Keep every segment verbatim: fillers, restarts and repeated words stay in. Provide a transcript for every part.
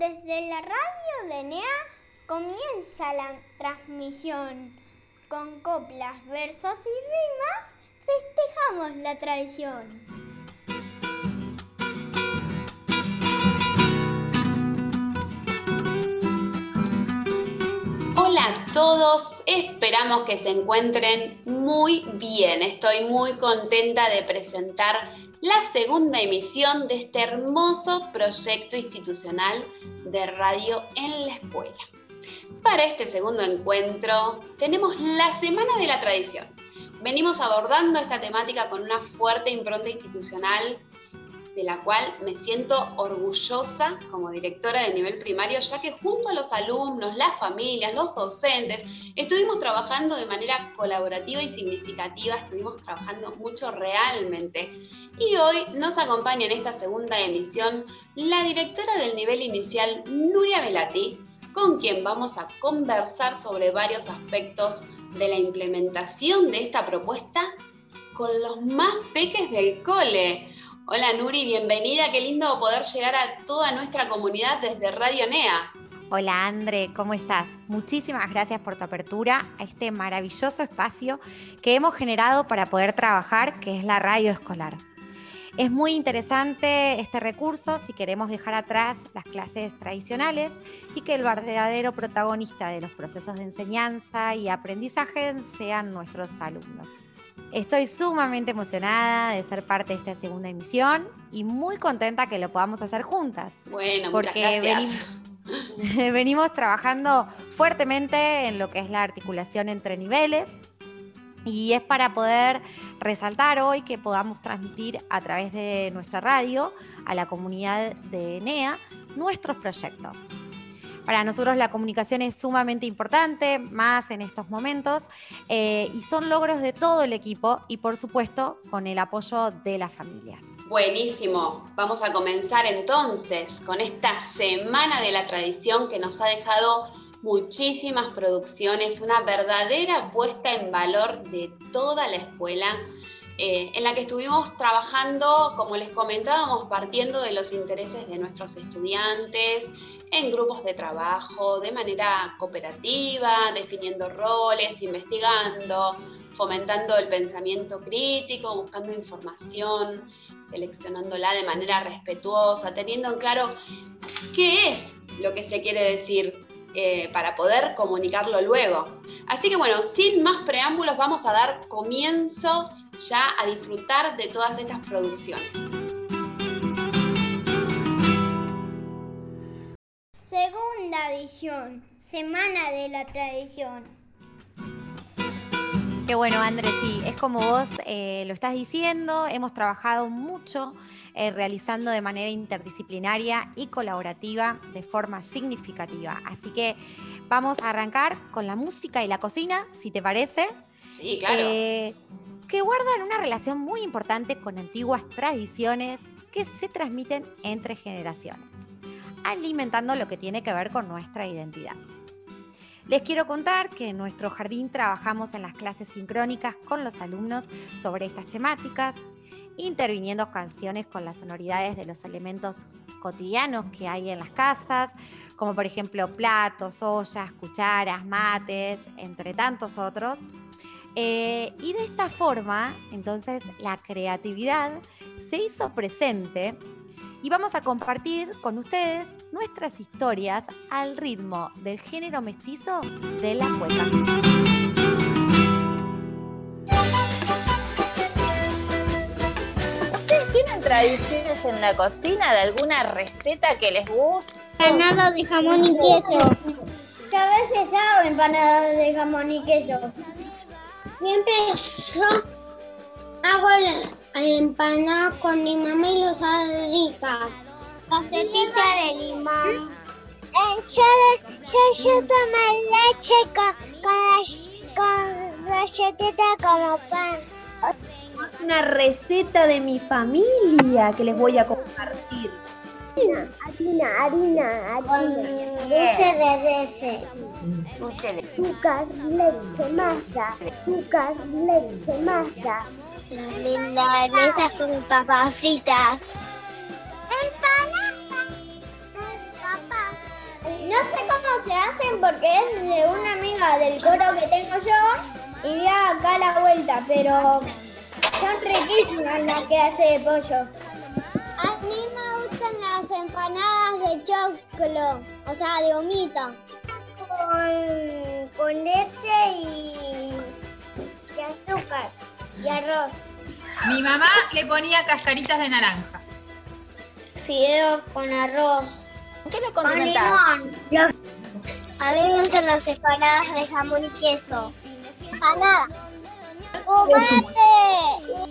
Desde la radio de Enea comienza la transmisión. Con coplas, versos y rimas festejamos la tradición. Hola a todos, esperamos que se encuentren muy bien. Estoy muy contenta de presentar la segunda emisión de este hermoso proyecto institucional de radio en la escuela. Para este segundo encuentro tenemos la Semana de la Tradición. Venimos abordando esta temática con una fuerte impronta institucional de la cual me siento orgullosa como directora de nivel primario, ya que junto a los alumnos, las familias, los docentes, estuvimos trabajando de manera colaborativa y significativa, estuvimos trabajando mucho realmente. Y hoy nos acompaña en esta segunda emisión la directora del nivel inicial, Nuria Velati, con quien vamos a conversar sobre varios aspectos de la implementación de esta propuesta con los más peques del cole. Hola Nuri, bienvenida, qué lindo poder llegar a toda nuestra comunidad desde Radio Enea. Hola André, ¿cómo estás? Muchísimas gracias por tu apertura a este maravilloso espacio que hemos generado para poder trabajar, que es la radio escolar. Es muy interesante este recurso si queremos dejar atrás las clases tradicionales y que el verdadero protagonista de los procesos de enseñanza y aprendizaje sean nuestros alumnos. Estoy sumamente emocionada de ser parte de esta segunda emisión y muy contenta que lo podamos hacer juntas. Bueno, porque muchas gracias. Venimos, venimos trabajando fuertemente en lo que es la articulación entre niveles y es para poder resaltar hoy que podamos transmitir a través de nuestra radio a la comunidad de Enea nuestros proyectos. Para nosotros la comunicación es sumamente importante, más en estos momentos, eh, y son logros de todo el equipo y, por supuesto, con el apoyo de las familias. Buenísimo. Vamos a comenzar entonces con esta Semana de la Tradición que nos ha dejado muchísimas producciones, una verdadera puesta en valor de toda la escuela, eh, en la que estuvimos trabajando, como les comentábamos, partiendo de los intereses de nuestros estudiantes, en grupos de trabajo, de manera cooperativa, definiendo roles, investigando, fomentando el pensamiento crítico, buscando información, seleccionándola de manera respetuosa, teniendo en claro qué es lo que se quiere decir eh, para poder comunicarlo luego. Así que bueno, sin más preámbulos, vamos a dar comienzo ya a disfrutar de todas estas producciones. Segunda edición, Semana de la Tradición. Qué bueno, André, sí, es como vos eh, lo estás diciendo, hemos trabajado mucho eh, realizando de manera interdisciplinaria y colaborativa de forma significativa. Así que vamos a arrancar con la música y la cocina, si te parece. Sí, claro. Eh, que guardan una relación muy importante con antiguas tradiciones que se transmiten entre generaciones, alimentando lo que tiene que ver con nuestra identidad. Les quiero contar que en nuestro jardín trabajamos en las clases sincrónicas con los alumnos sobre estas temáticas, interviniendo canciones con las sonoridades de los elementos cotidianos que hay en las casas, como por ejemplo platos, ollas, cucharas, mates, entre tantos otros. Eh, y de esta forma, entonces, la creatividad se hizo presente y vamos a compartir con ustedes nuestras historias al ritmo del género mestizo de la cueca. ¿Ustedes tienen tradiciones en la cocina de alguna receta que les guste? Empanada de jamón y queso. Yo a veces hago empanadas de jamón y queso. Siempre yo hago la empanada con mi mamá y los ricas. Galletita de limón. Yo, yo, yo tomo leche con, con, con galletita como pan. Una receta de mi familia que les voy a compartir. Harina, harina, harina, harina. Dulce de leche. Dulce de Azúcar, leche, masa. Azúcar, leche, masa. Las milanesas con papas fritas. Empanadas con papas No sé cómo se hacen porque es de una amiga del coro que tengo yo y vi acá a la vuelta, pero son riquísimas las que hace de pollo. A mí me gustan las empanadas de choclo, o sea, de humito. Con, con leche y, y azúcar y arroz. Mi mamá le ponía cascaritas de naranja. Fideos con arroz. ¿Qué le Con condimentás? limón. A mí me gustan las empanadas de jamón y queso. Empanada. ¡Tomate!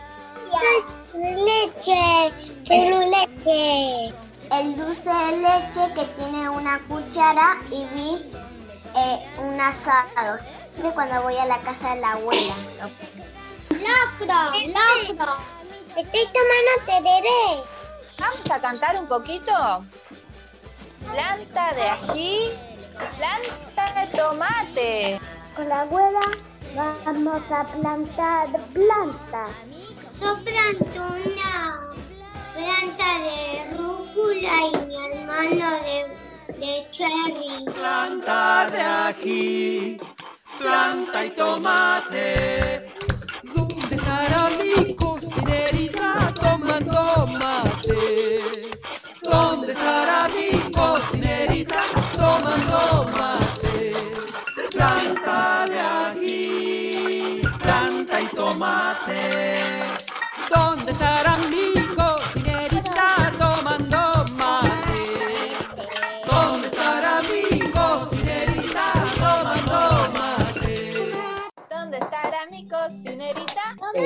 Leche. Quiero leche. El dulce de leche que tiene una cuchara y vi eh, un asado. De cuando voy a la casa de la abuela. ¡Locro! ¡Locro! Estoy tomando tereré. Vamos a cantar un poquito. Planta de ají, planta de tomate. Con la abuela vamos a plantar plantas. Yo planto una planta de rúcula y mi hermano de, de cherry. Planta de ají, planta y tomate. ¿Dónde estará mi cocinerita tomando mate? ¿Dónde estará mi cocinerita tomando mate? Planta de ají, planta y tomate. ¿Dónde estará mi cocinerita tomando mate? ¿Dónde estará mi cocinerita tomando mate? ¿Dónde estará mi cocinerita?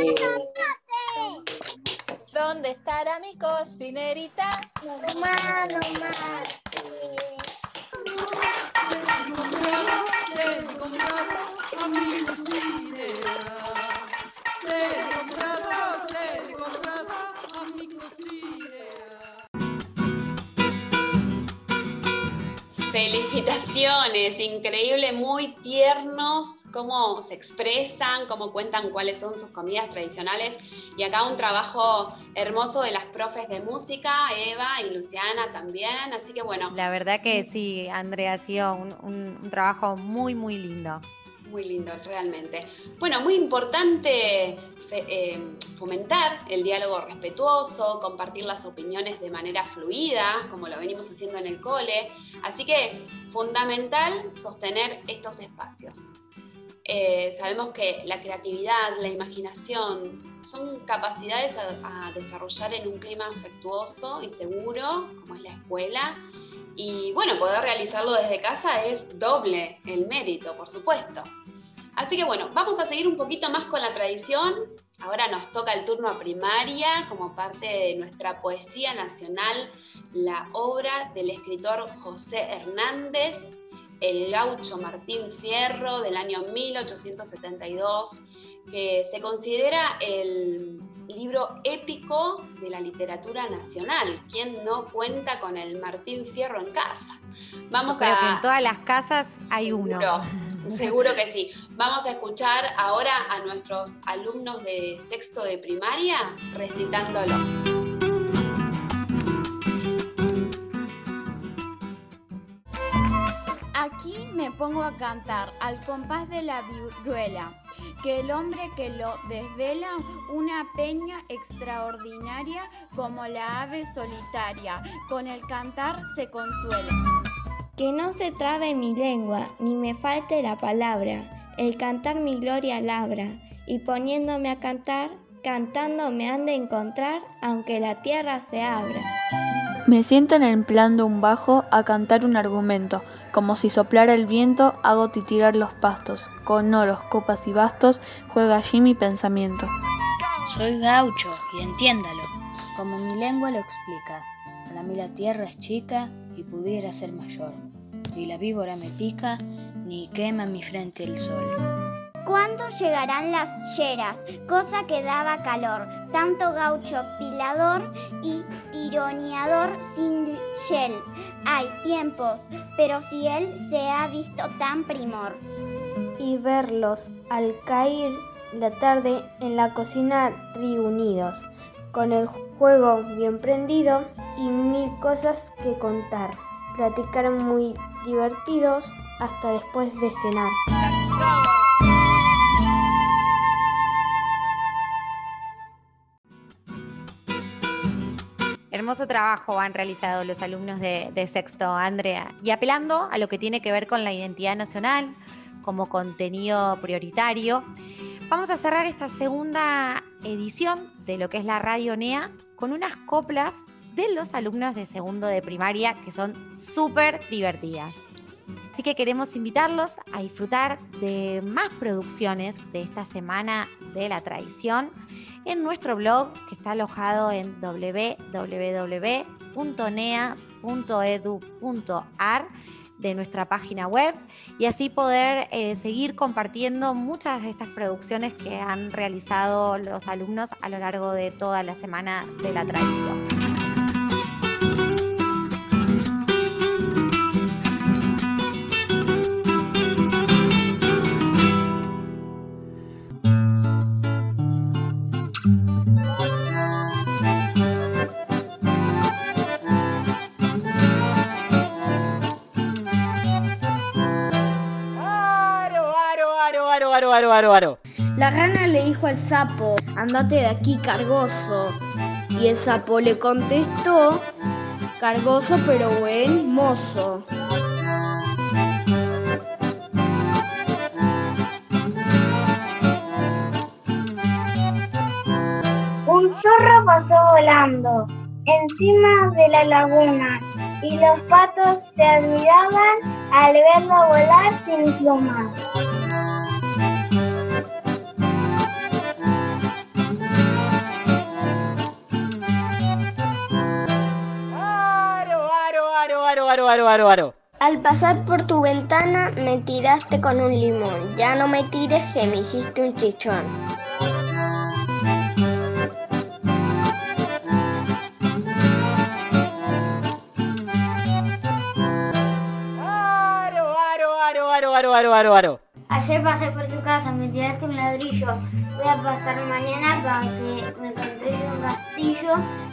¿Dónde estará mi cocinerita? Tomando mate. Se le comprado a mi cocinera. Se le comprado, se le comprado a mi cocinera. Felicitaciones, increíble, muy tiernos, cómo se expresan, cómo cuentan cuáles son sus comidas tradicionales. Y acá un trabajo hermoso de las profes de música, Eva y Luciana también. Así que bueno. La verdad que sí, Andrea, ha sido un, un, un trabajo muy, muy lindo. Muy lindo, realmente. Bueno, muy importante eh, fomentar el diálogo respetuoso, compartir las opiniones de manera fluida, como lo venimos haciendo en el cole. Así que, fundamental sostener estos espacios. Eh, sabemos que la creatividad, la imaginación, son capacidades a, a desarrollar en un clima afectuoso y seguro, como es la escuela. Y bueno, poder realizarlo desde casa es doble el mérito, por supuesto. Así que bueno, vamos a seguir un poquito más con la tradición. Ahora nos toca el turno a primaria, como parte de nuestra poesía nacional, la obra del escritor José Hernández, El gaucho Martín Fierro, del año mil ochocientos setenta y dos, que se considera el libro épico de la literatura nacional. ¿Quién no cuenta con el Martín Fierro en casa? Vamos Yo creo a... que en todas las casas hay seguro, uno. Seguro que sí. Vamos a escuchar ahora a nuestros alumnos de sexto de primaria recitándolo. Aquí me pongo a cantar al compás de la viruela, que el hombre que lo desvela una peña extraordinaria como la ave solitaria, con el cantar se consuela. Que no se trabe mi lengua, ni me falte la palabra, el cantar mi gloria labra, y poniéndome a cantar, cantando me han de encontrar, aunque la tierra se abra. Me siento en el plan de un bajo a cantar un argumento, como si soplara el viento hago titirar los pastos, con oros, copas y bastos juega allí mi pensamiento. Soy gaucho y entiéndalo, como mi lengua lo explica, para mí la tierra es chica y pudiera ser mayor, ni la víbora me pica, ni quema mi frente el sol. ¿Cuándo llegarán las yeras? Cosa que daba calor, tanto gaucho pilador y tironeador sin yel. Hay tiempos, pero si él se ha visto tan primor. Y verlos al caer la tarde en la cocina reunidos, con el juego bien prendido y mil cosas que contar, platicar muy divertidos hasta después de cenar. Hermoso trabajo han realizado los alumnos de, de sexto, Andrea, y apelando a lo que tiene que ver con la identidad nacional como contenido prioritario, vamos a cerrar esta segunda edición de lo que es la Radio N E A con unas coplas de los alumnos de segundo de primaria que son súper divertidas. Así que queremos invitarlos a disfrutar de más producciones de esta Semana de la Tradición en nuestro blog que está alojado en doble u doble u doble u punto n e a punto e d u punto a r de nuestra página web y así poder eh, seguir compartiendo muchas de estas producciones que han realizado los alumnos a lo largo de toda la Semana de la Tradición. Aro, aro, aro. La rana le dijo al sapo, andate de aquí, cargoso. Y el sapo le contestó, cargoso pero buen mozo. Un zorro pasó volando encima de la laguna y los patos se admiraban al verlo volar sin plumas. Aro, aro, aro, aro. Al pasar por tu ventana me tiraste con un limón. Ya no me tires que me hiciste un chichón. Aro, aro, aro, aro, aro, aro, aro, aro. Ayer pasé por tu casa, me tiraste un ladrillo. Voy a pasar mañana para que me construya un castillo.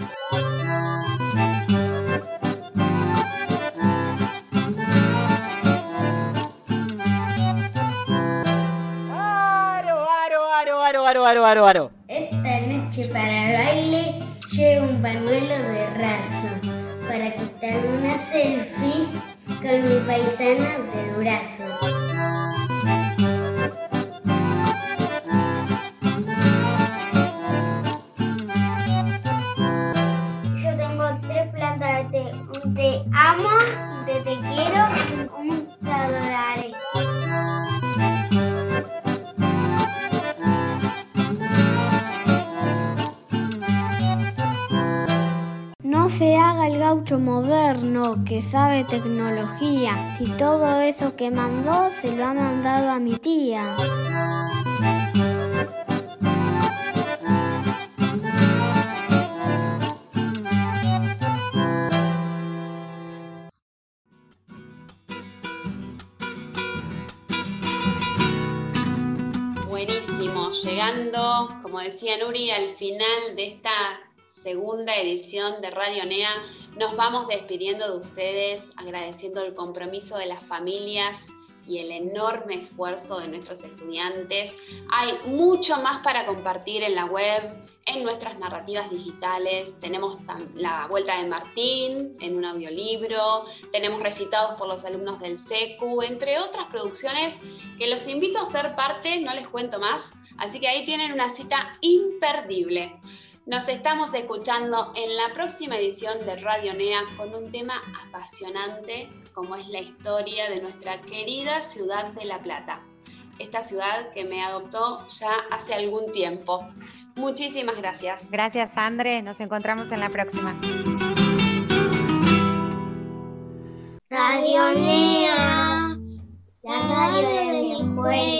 Aro, aro, aro, aro. Esta noche para el baile llevo un pañuelo de raso para quitar una selfie con mi paisana del brazo. Yo tengo tres plantas de té, un te amo, un te te quiero y un te adoraré. No se haga el gaucho moderno que sabe tecnología, si todo eso que mandó se lo ha mandado a mi tía. Buenísimo, llegando, como decía Nuri, al final de esta segunda edición de Radio N E A. Nos vamos despidiendo de ustedes, agradeciendo el compromiso de las familias y el enorme esfuerzo de nuestros estudiantes. Hay mucho más para compartir en la web, en nuestras narrativas digitales. Tenemos la Vuelta de Martín en un audiolibro, tenemos recitados por los alumnos del SECU, entre otras producciones que los invito a ser parte, no les cuento más, así que ahí tienen una cita imperdible. Nos estamos escuchando en la próxima edición de Radio N E A con un tema apasionante como es la historia de nuestra querida ciudad de La Plata. Esta ciudad que me adoptó ya hace algún tiempo. Muchísimas gracias. Gracias, André. Nos encontramos en la próxima. Radio N E A, la radio de mi escuela.